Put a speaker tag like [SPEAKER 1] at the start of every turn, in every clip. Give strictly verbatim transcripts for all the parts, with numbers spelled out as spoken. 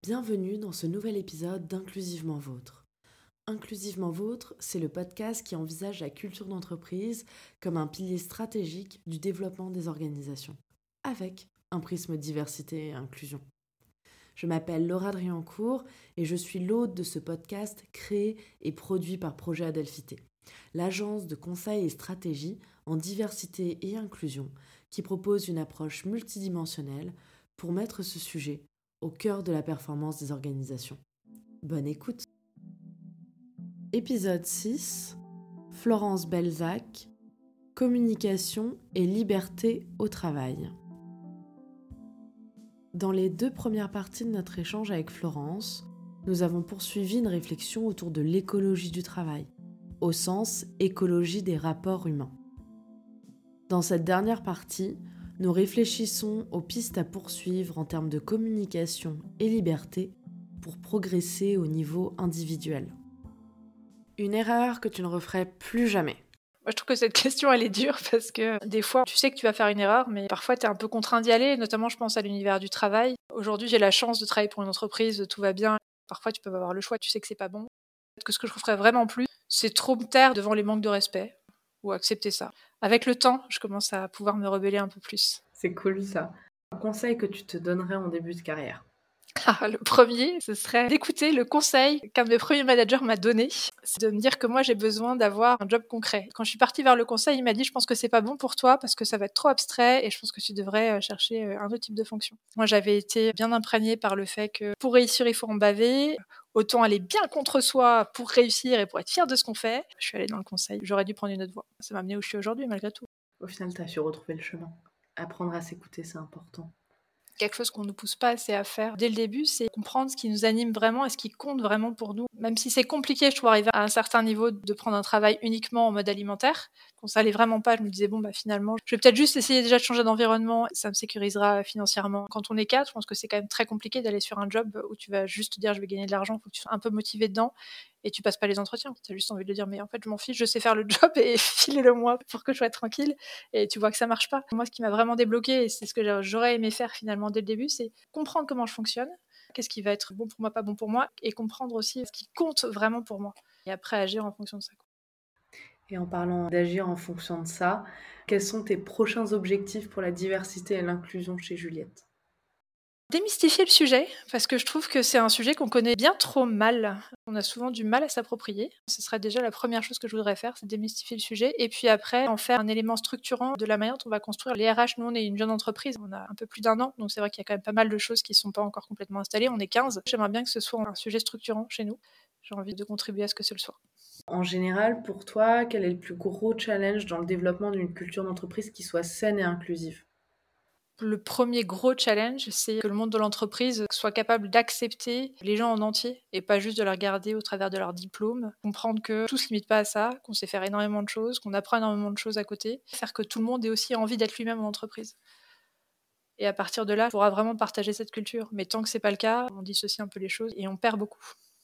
[SPEAKER 1] Bienvenue dans ce nouvel épisode d'Inclusivement Vôtre. Inclusivement Vôtre, c'est le podcast qui envisage la culture d'entreprise comme un pilier stratégique du développement des organisations, avec un prisme diversité et inclusion. Je m'appelle Laura Driancourt et je suis l'hôte de ce podcast créé et produit par Projet Adelphité, l'agence de conseil et stratégie en diversité et inclusion qui propose une approche multidimensionnelle pour mettre ce sujet au cœur de la performance des organisations. Bonne écoute. Épisode six, Florence Belzac, communication et liberté au travail. Dans les deux premières parties de notre échange avec Florence, nous avons poursuivi une réflexion autour de l'écologie du travail, au sens écologie des rapports humains. Dans cette dernière partie, nous réfléchissons aux pistes à poursuivre en termes de communication et liberté pour progresser au niveau individuel. Une erreur que tu ne referais plus jamais.
[SPEAKER 2] Moi, je trouve que cette question, elle est dure parce que des fois, tu sais que tu vas faire une erreur, mais parfois, tu es un peu contraint d'y aller. Notamment, je pense à l'univers du travail. Aujourd'hui, j'ai la chance de travailler pour une entreprise, tout va bien. Parfois, tu peux avoir le choix, tu sais que c'est pas bon. Que ce que je ne ferais vraiment plus, c'est trop me taire devant les manques de respect ou accepter ça. Avec le temps, je commence à pouvoir me rebeller un peu plus.
[SPEAKER 1] C'est cool ça. Un conseil que tu te donnerais en début de carrière?
[SPEAKER 2] Ah, le premier, ce serait d'écouter le conseil qu'un de mes premiers managers m'a donné. C'est de me dire que moi, j'ai besoin d'avoir un job concret. Quand je suis partie vers le conseil, il m'a dit « Je pense que c'est pas bon pour toi parce que ça va être trop abstrait et je pense que tu devrais chercher un autre type de fonction. » Moi, j'avais été bien imprégnée par le fait que pour réussir, il faut en baver. Autant aller bien contre soi pour réussir et pour être fier de ce qu'on fait. Je suis allée dans le conseil. J'aurais dû prendre une autre voie. Ça m'a amenée où je suis aujourd'hui, malgré tout.
[SPEAKER 1] Au final, tu as su retrouver le chemin. Apprendre à s'écouter, c'est important.
[SPEAKER 2] Quelque chose qu'on ne nous pousse pas assez à faire dès le début, c'est comprendre ce qui nous anime vraiment et ce qui compte vraiment pour nous. Même si c'est compliqué, je trouve, arriver à un certain niveau de prendre un travail uniquement en mode alimentaire. Quand ça allait vraiment pas, je me disais, bon, bah finalement, je vais peut-être juste essayer déjà de changer d'environnement, ça me sécurisera financièrement. Quand on est quatre, je pense que c'est quand même très compliqué d'aller sur un job où tu vas juste te dire, je vais gagner de l'argent, il faut que tu sois un peu motivé dedans. Et tu passes pas les entretiens, tu as juste envie de dire mais en fait je m'en fiche, je sais faire le job et filez-le moi pour que je sois tranquille, et tu vois que ça marche pas. Moi ce qui m'a vraiment débloqué, et c'est ce que j'aurais aimé faire finalement dès le début, c'est comprendre comment je fonctionne, qu'est-ce qui va être bon pour moi, pas bon pour moi, et comprendre aussi ce qui compte vraiment pour moi, et après agir en fonction de ça.
[SPEAKER 1] Et en parlant d'agir en fonction de ça, quels sont tes prochains objectifs pour la diversité et l'inclusion chez Juliette?
[SPEAKER 2] Démystifier le sujet, parce que je trouve que c'est un sujet qu'on connaît bien trop mal. On a souvent du mal à s'approprier. Ce serait déjà la première chose que je voudrais faire, c'est démystifier le sujet. Et puis après, en faire un élément structurant de la manière dont on va construire les R H. Nous, on est une jeune entreprise, on a un peu plus d'un an, donc c'est vrai qu'il y a quand même pas mal de choses qui ne sont pas encore complètement installées. On est quinze. J'aimerais bien que ce soit un sujet structurant chez nous. J'ai envie de contribuer à ce que ce le soit.
[SPEAKER 1] En général, pour toi, quel est le plus gros challenge dans le développement d'une culture d'entreprise qui soit saine et inclusive?
[SPEAKER 2] Le premier gros challenge, c'est que le monde de l'entreprise soit capable d'accepter les gens en entier et pas juste de les regarder au travers de leur diplôme. Comprendre que tout ne se limite pas à ça, qu'on sait faire énormément de choses, qu'on apprend énormément de choses à côté. Faire que tout le monde ait aussi envie d'être lui-même en entreprise. Et à partir de là, on pourra vraiment partager cette culture. Mais tant que c'est pas le cas, on dissocie un peu les choses et on perd beaucoup.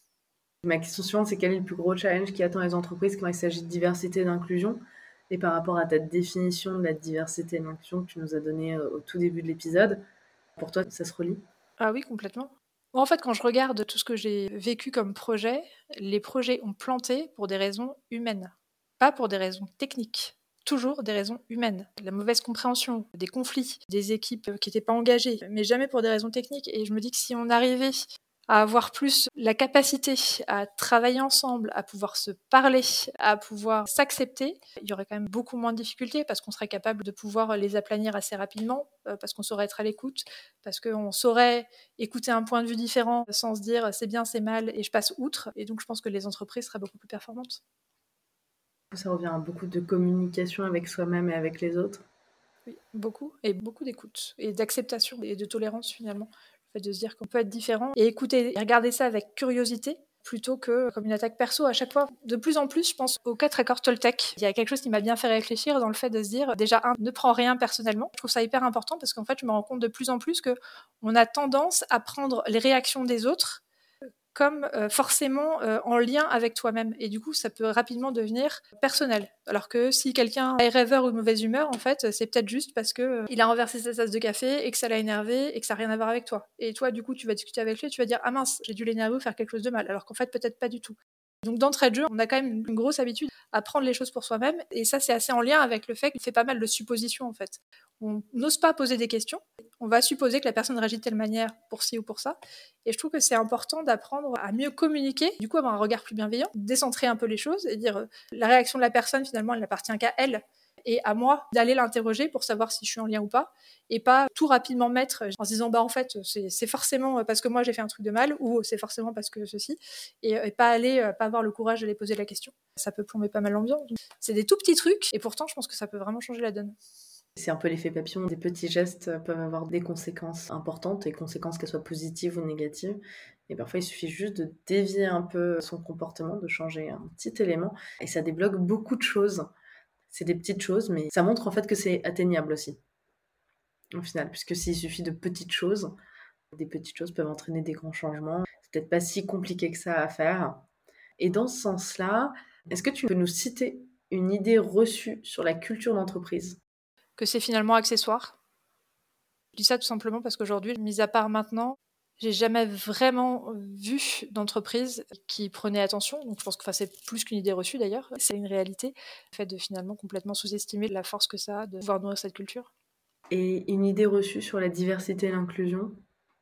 [SPEAKER 1] Ma question suivante, c'est quel est le plus gros challenge qui attend les entreprises quand il s'agit de diversité et d'inclusion? Et par rapport à ta définition de la diversité et de l'inclusion que tu nous as donnée au tout début de l'épisode, pour toi, ça se relie?
[SPEAKER 2] Ah oui, complètement. En fait, quand je regarde tout ce que j'ai vécu comme projet, les projets ont planté pour des raisons humaines, pas pour des raisons techniques. Toujours des raisons humaines. La mauvaise compréhension, des conflits, des équipes qui n'étaient pas engagées, mais jamais pour des raisons techniques. Et je me dis que si on arrivait à avoir plus la capacité à travailler ensemble, à pouvoir se parler, à pouvoir s'accepter, il y aurait quand même beaucoup moins de difficultés parce qu'on serait capable de pouvoir les aplanir assez rapidement, parce qu'on saurait être à l'écoute, parce qu'on saurait écouter un point de vue différent sans se dire c'est bien, c'est mal et je passe outre. Et donc je pense que les entreprises seraient beaucoup plus performantes.
[SPEAKER 1] Ça revient à beaucoup de communication avec soi-même et avec les autres.
[SPEAKER 2] Oui, beaucoup, et beaucoup d'écoute, et d'acceptation, et de tolérance finalement. Le fait de se dire qu'on peut être différent, et écouter, et regarder ça avec curiosité, plutôt que comme une attaque perso à chaque fois. De plus en plus, je pense aux quatre accords Toltec. Il y a quelque chose qui m'a bien fait réfléchir dans le fait de se dire, déjà, un, ne prends rien personnellement. Je trouve ça hyper important, parce qu'en fait, je me rends compte de plus en plus qu'on a tendance à prendre les réactions des autres comme euh, forcément euh, en lien avec toi-même. Et du coup, ça peut rapidement devenir personnel. Alors que si quelqu'un est rêveur ou de mauvaise humeur, en fait, c'est peut-être juste parce que euh, il a renversé sa tasse de café et que ça l'a énervé et que ça n'a rien à voir avec toi. Et toi, du coup, tu vas discuter avec lui et tu vas dire « Ah mince, j'ai dû l'énerver ou faire quelque chose de mal. » Alors qu'en fait, peut-être pas du tout. Donc d'entrée de jeu, on a quand même une grosse habitude à prendre les choses pour soi-même. Et ça, c'est assez en lien avec le fait qu'il fait pas mal de suppositions, en fait. On n'ose pas poser des questions. On va supposer que la personne réagit de telle manière pour ci ou pour ça. Et je trouve que c'est important d'apprendre à mieux communiquer, du coup avoir un regard plus bienveillant, décentrer un peu les choses et dire euh, la réaction de la personne, finalement, elle n'appartient qu'à elle et à moi d'aller l'interroger pour savoir si je suis en lien ou pas, et pas tout rapidement mettre en se disant bah en fait c'est, c'est forcément parce que moi j'ai fait un truc de mal ou c'est forcément parce que ceci, et, et pas aller, pas avoir le courage d'aller poser la question. Ça peut plomber pas mal l'ambiance. C'est des tout petits trucs et pourtant je pense que ça peut vraiment changer la donne.
[SPEAKER 1] C'est un peu l'effet papillon. Des petits gestes peuvent avoir des conséquences importantes, et conséquences qu'elles soient positives ou négatives. Et parfois, il suffit juste de dévier un peu son comportement, de changer un petit élément, et ça débloque beaucoup de choses. C'est des petites choses, mais ça montre en fait que c'est atteignable aussi, au final, puisque s'il suffit de petites choses, des petites choses peuvent entraîner des grands changements. C'est peut-être pas si compliqué que ça à faire. Et dans ce sens-là, est-ce que tu peux nous citer une idée reçue sur la culture d'entreprise ?
[SPEAKER 2] Que c'est finalement accessoire. Je dis ça tout simplement parce qu'aujourd'hui, mis à part maintenant, j'ai jamais vraiment vu d'entreprise qui prenait attention. Donc je pense que enfin, c'est plus qu'une idée reçue d'ailleurs, c'est une réalité. Le fait de finalement complètement sous-estimer la force que ça a de pouvoir nourrir cette culture.
[SPEAKER 1] Et une idée reçue sur la diversité et l'inclusion ?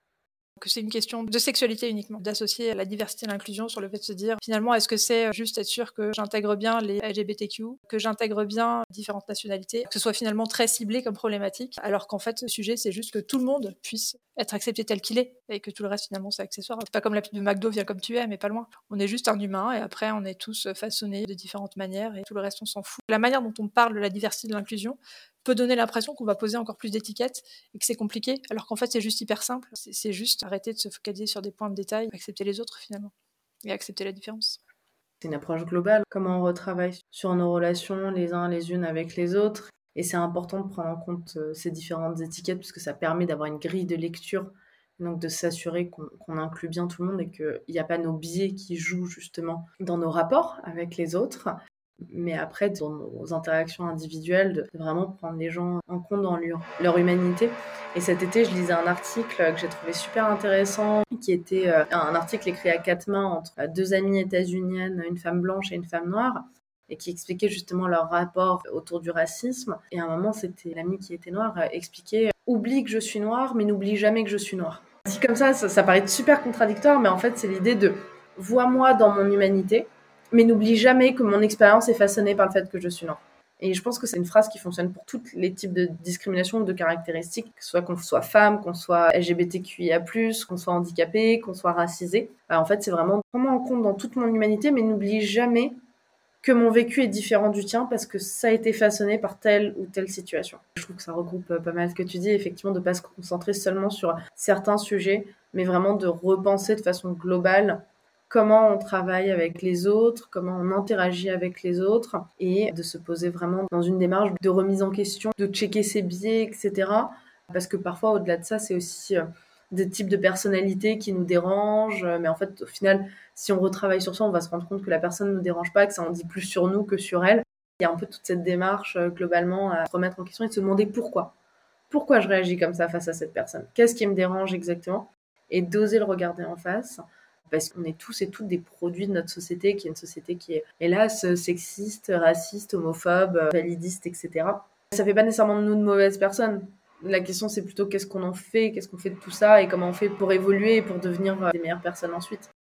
[SPEAKER 2] Que c'est une question de sexualité uniquement, d'associer la diversité et l'inclusion sur le fait de se dire finalement est-ce que c'est juste être sûr que j'intègre bien les L G B T Q, que j'intègre bien différentes nationalités, que ce soit finalement très ciblé comme problématique, alors qu'en fait le sujet c'est juste que tout le monde puisse être accepté tel qu'il est et que tout le reste finalement c'est accessoire. C'est pas comme la pub de McDo, viens comme tu es, mais pas loin. On est juste un humain et après on est tous façonnés de différentes manières et tout le reste on s'en fout. La manière dont on parle de la diversité et de l'inclusion peut donner l'impression qu'on va poser encore plus d'étiquettes et que c'est compliqué, alors qu'en fait c'est juste hyper simple. C'est, c'est juste arrêter de se focaliser sur des points de détail, accepter les autres finalement, et accepter la différence.
[SPEAKER 1] C'est une approche globale, comment on retravaille sur nos relations les uns les unes avec les autres. Et c'est important de prendre en compte ces différentes étiquettes, parce que ça permet d'avoir une grille de lecture, donc de s'assurer qu'on, qu'on inclut bien tout le monde et qu'il n'y a pas nos biais qui jouent justement dans nos rapports avec les autres. Mais après, dans nos interactions individuelles, de vraiment prendre les gens en compte dans leur, leur humanité. Et cet été, je lisais un article que j'ai trouvé super intéressant, qui était euh, un article écrit à quatre mains entre deux amies états-uniennes, une femme blanche et une femme noire, et qui expliquait justement leur rapport autour du racisme. Et à un moment, c'était l'amie qui était noire, expliquait « Oublie que je suis noire, mais n'oublie jamais que je suis noire ». Dit comme ça, ça, ça paraît super contradictoire, mais en fait, c'est l'idée de « vois-moi dans mon humanité », mais n'oublie jamais que mon expérience est façonnée par le fait que je suis noire. Et je pense que c'est une phrase qui fonctionne pour tous les types de discrimination ou de caractéristiques, que ce soit qu'on soit femme, qu'on soit L G B T Q I A plus, qu'on soit handicapé, qu'on soit racisé. Alors en fait, c'est vraiment prendre en compte dans toute mon humanité, mais n'oublie jamais que mon vécu est différent du tien parce que ça a été façonné par telle ou telle situation. Je trouve que ça regroupe pas mal ce que tu dis, effectivement, de ne pas se concentrer seulement sur certains sujets, mais vraiment de repenser de façon globale comment on travaille avec les autres, comment on interagit avec les autres, et de se poser vraiment dans une démarche de remise en question, de checker ses biais, et cetera. Parce que parfois, au-delà de ça, c'est aussi des types de personnalités qui nous dérangent, mais en fait, au final, si on retravaille sur ça, on va se rendre compte que la personne ne nous dérange pas, que ça en dit plus sur nous que sur elle. Il y a un peu toute cette démarche, globalement, à se remettre en question et de se demander pourquoi. Pourquoi je réagis comme ça face à cette personne ? Qu'est-ce qui me dérange exactement ? Et d'oser le regarder en face. Parce qu'on est tous et toutes des produits de notre société, qui est une société qui est, hélas, sexiste, raciste, homophobe, validiste, et cetera. Ça fait pas nécessairement de nous de mauvaises personnes. La question, c'est plutôt qu'est-ce qu'on en fait, qu'est-ce qu'on fait de tout ça, et comment on fait pour évoluer et pour devenir des meilleures personnes ensuite.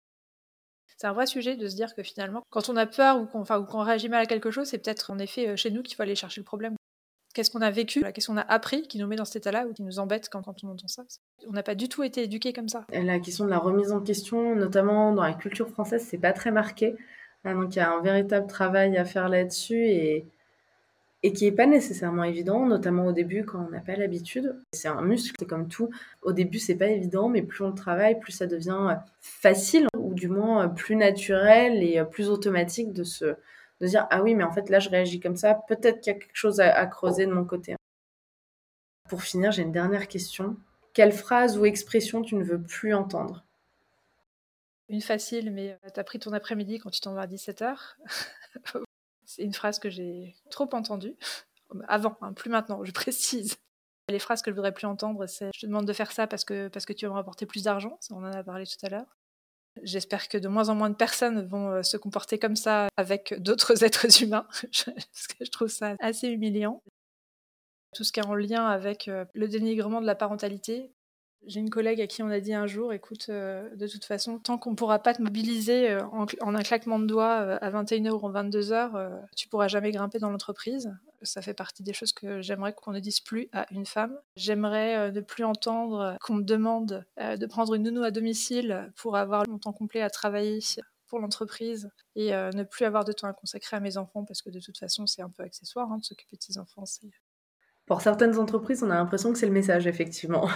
[SPEAKER 2] C'est un vrai sujet de se dire que finalement, quand on a peur ou qu'on, enfin, ou qu'on réagit mal à quelque chose, c'est peut-être en effet chez nous qu'il faut aller chercher le problème. Qu'est-ce qu'on a vécu, qu'est-ce qu'on a appris qui nous met dans cet état-là ou qui nous embête quand, quand on entend ça ? On n'a pas du tout été éduqués comme ça.
[SPEAKER 1] La question de la remise en question, notamment dans la culture française, c'est pas très marqué. Donc il y a un véritable travail à faire là-dessus et, et qui est pas nécessairement évident, notamment au début quand on n'a pas l'habitude. C'est un muscle, c'est comme tout. Au début, c'est pas évident, mais plus on le travaille, plus ça devient facile, ou du moins plus naturel et plus automatique de se de dire « Ah oui, mais en fait, là, je réagis comme ça. Peut-être qu'il y a quelque chose à, à creuser de mon côté. » Pour finir, j'ai une dernière question. Quelle phrase ou expression tu ne veux plus entendre ?
[SPEAKER 2] Une facile, mais euh, t'as pris ton après-midi quand tu t'en vas à dix-sept heures. C'est une phrase que j'ai trop entendue. Avant, hein, plus maintenant, je précise. Les phrases que je voudrais plus entendre, c'est « je te demande de faire ça parce que, parce que tu vas me rapporter plus d'argent ». On en a parlé tout à l'heure. J'espère que de moins en moins de personnes vont euh, se comporter comme ça avec d'autres êtres humains, parce que je trouve ça assez humiliant. Tout ce qui est en lien avec euh, le dénigrement de la parentalité. J'ai une collègue à qui on a dit un jour, écoute, euh, de toute façon, tant qu'on ne pourra pas te mobiliser euh, en, en un claquement de doigts euh, à vingt et une heures ou en vingt-deux heures, euh, tu ne pourras jamais grimper dans l'entreprise. Ça fait partie des choses que j'aimerais qu'on ne dise plus à une femme. J'aimerais euh, ne plus entendre qu'on me demande euh, de prendre une nounou à domicile pour avoir mon temps complet à travailler pour l'entreprise et euh, ne plus avoir de temps à consacrer à mes enfants parce que de toute façon, c'est un peu accessoire hein, de s'occuper de ses enfants. C'est...
[SPEAKER 1] Pour certaines entreprises, on a l'impression que c'est le message, effectivement.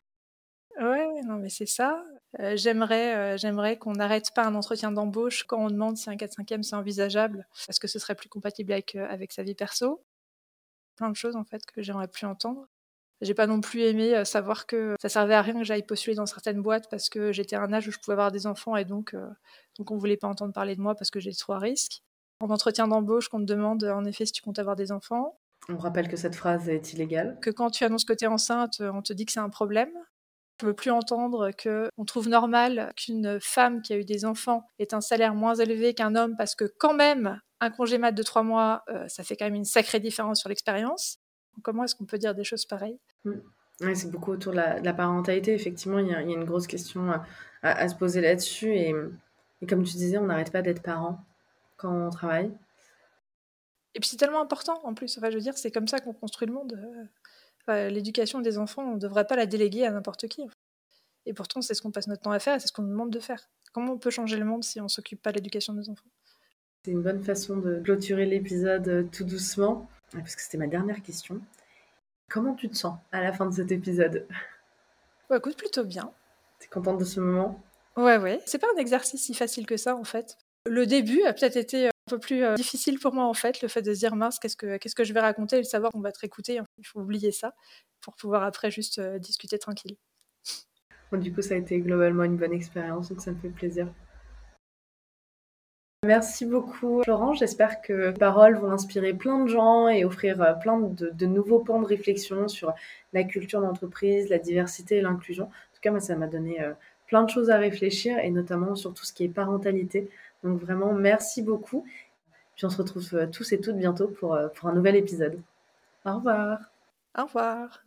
[SPEAKER 2] Ouais, non, mais c'est ça. Euh, j'aimerais, euh, j'aimerais qu'on n'arrête pas un entretien d'embauche quand on demande si un quatre cinquième c'est envisageable, parce que ce serait plus compatible avec, euh, avec sa vie perso. Plein de choses, en fait, que j'aimerais plus entendre. J'ai pas non plus aimé euh, savoir que ça servait à rien que j'aille postuler dans certaines boîtes parce que j'étais à un âge où je pouvais avoir des enfants et donc, euh, donc on voulait pas entendre parler de moi parce que j'ai trop à risque. En entretien d'embauche, qu'on te demande en effet si tu comptes avoir des enfants.
[SPEAKER 1] On rappelle que cette phrase est illégale.
[SPEAKER 2] Que quand tu annonces que tu es enceinte, on te dit que c'est un problème. Je ne veux plus entendre qu'on trouve normal qu'une femme qui a eu des enfants ait un salaire moins élevé qu'un homme parce que quand même, un congé mat de trois mois, euh, ça fait quand même une sacrée différence sur l'expérience. Comment est-ce qu'on peut dire des choses pareilles ?
[SPEAKER 1] Mmh. Ouais, c'est beaucoup autour de la, de la parentalité. Effectivement, il y, a, il y a une grosse question à, à- à se poser là-dessus. Et, et comme tu disais, on n'arrête pas d'être parent quand on travaille.
[SPEAKER 2] Et puis c'est tellement important en plus. Enfin, je veux dire, c'est comme ça qu'on construit le monde. Euh, enfin, l'éducation des enfants, on ne devrait pas la déléguer à n'importe qui. Et pourtant, c'est ce qu'on passe notre temps à faire et c'est ce qu'on nous demande de faire. Comment on peut changer le monde si on ne s'occupe pas de l'éducation de nos enfants ?
[SPEAKER 1] C'est une bonne façon de clôturer l'épisode euh, tout doucement, parce que c'était ma dernière question. Comment tu te sens à la fin de cet épisode ?
[SPEAKER 2] Bah, écoute, plutôt bien.
[SPEAKER 1] T'es contente de ce moment ?
[SPEAKER 2] Ouais, ouais. C'est pas un exercice si facile que ça, en fait. Le début a peut-être été un peu plus euh, difficile pour moi, en fait, le fait de se dire, mince, qu'est-ce que, qu'est-ce que je vais raconter et le savoir qu'on va te écouter. Il faut oublier ça pour pouvoir après juste euh, discuter tranquille.
[SPEAKER 1] Bon, du coup, ça a été globalement une bonne expérience, donc ça me fait plaisir. Merci beaucoup, Florent. J'espère que les paroles vont inspirer plein de gens et offrir euh, plein de, de nouveaux pans de réflexion sur la culture d'entreprise, la diversité et l'inclusion. En tout cas, moi, ça m'a donné euh, plein de choses à réfléchir et notamment sur tout ce qui est parentalité. Donc vraiment, merci beaucoup. Puis on se retrouve euh, tous et toutes bientôt pour, euh, pour un nouvel épisode. Au revoir.
[SPEAKER 2] Au revoir.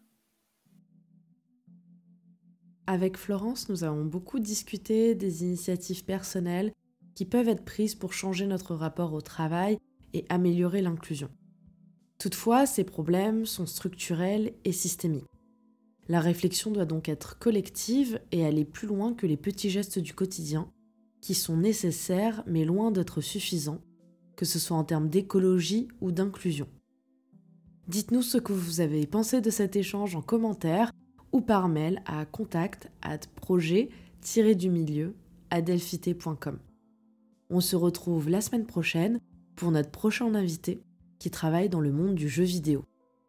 [SPEAKER 1] Avec Florence, nous avons beaucoup discuté des initiatives personnelles qui peuvent être prises pour changer notre rapport au travail et améliorer l'inclusion. Toutefois, ces problèmes sont structurels et systémiques. La réflexion doit donc être collective et aller plus loin que les petits gestes du quotidien, qui sont nécessaires mais loin d'être suffisants, que ce soit en termes d'écologie ou d'inclusion. Dites-nous ce que vous avez pensé de cet échange en commentaire ou par mail à contact arobase projet tiret du milieu adelphité point com. On se retrouve la semaine prochaine pour notre prochain invité qui travaille dans le monde du jeu vidéo.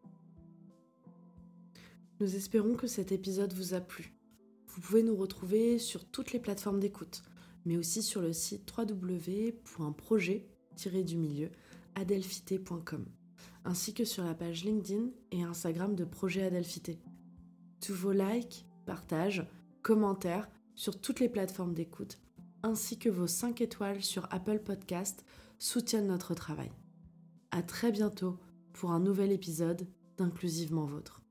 [SPEAKER 1] Nous espérons que cet épisode vous a plu. Vous pouvez nous retrouver sur toutes les plateformes d'écoute, mais aussi sur le site w w w point projet tiret du milieu adelphité point com, ainsi que sur la page LinkedIn et Instagram de Projet Adelphité. Tous vos likes, partages, commentaires sur toutes les plateformes d'écoute, ainsi que vos cinq étoiles sur Apple Podcast soutiennent notre travail. À très bientôt pour un nouvel épisode d'Inclusivement Vôtre.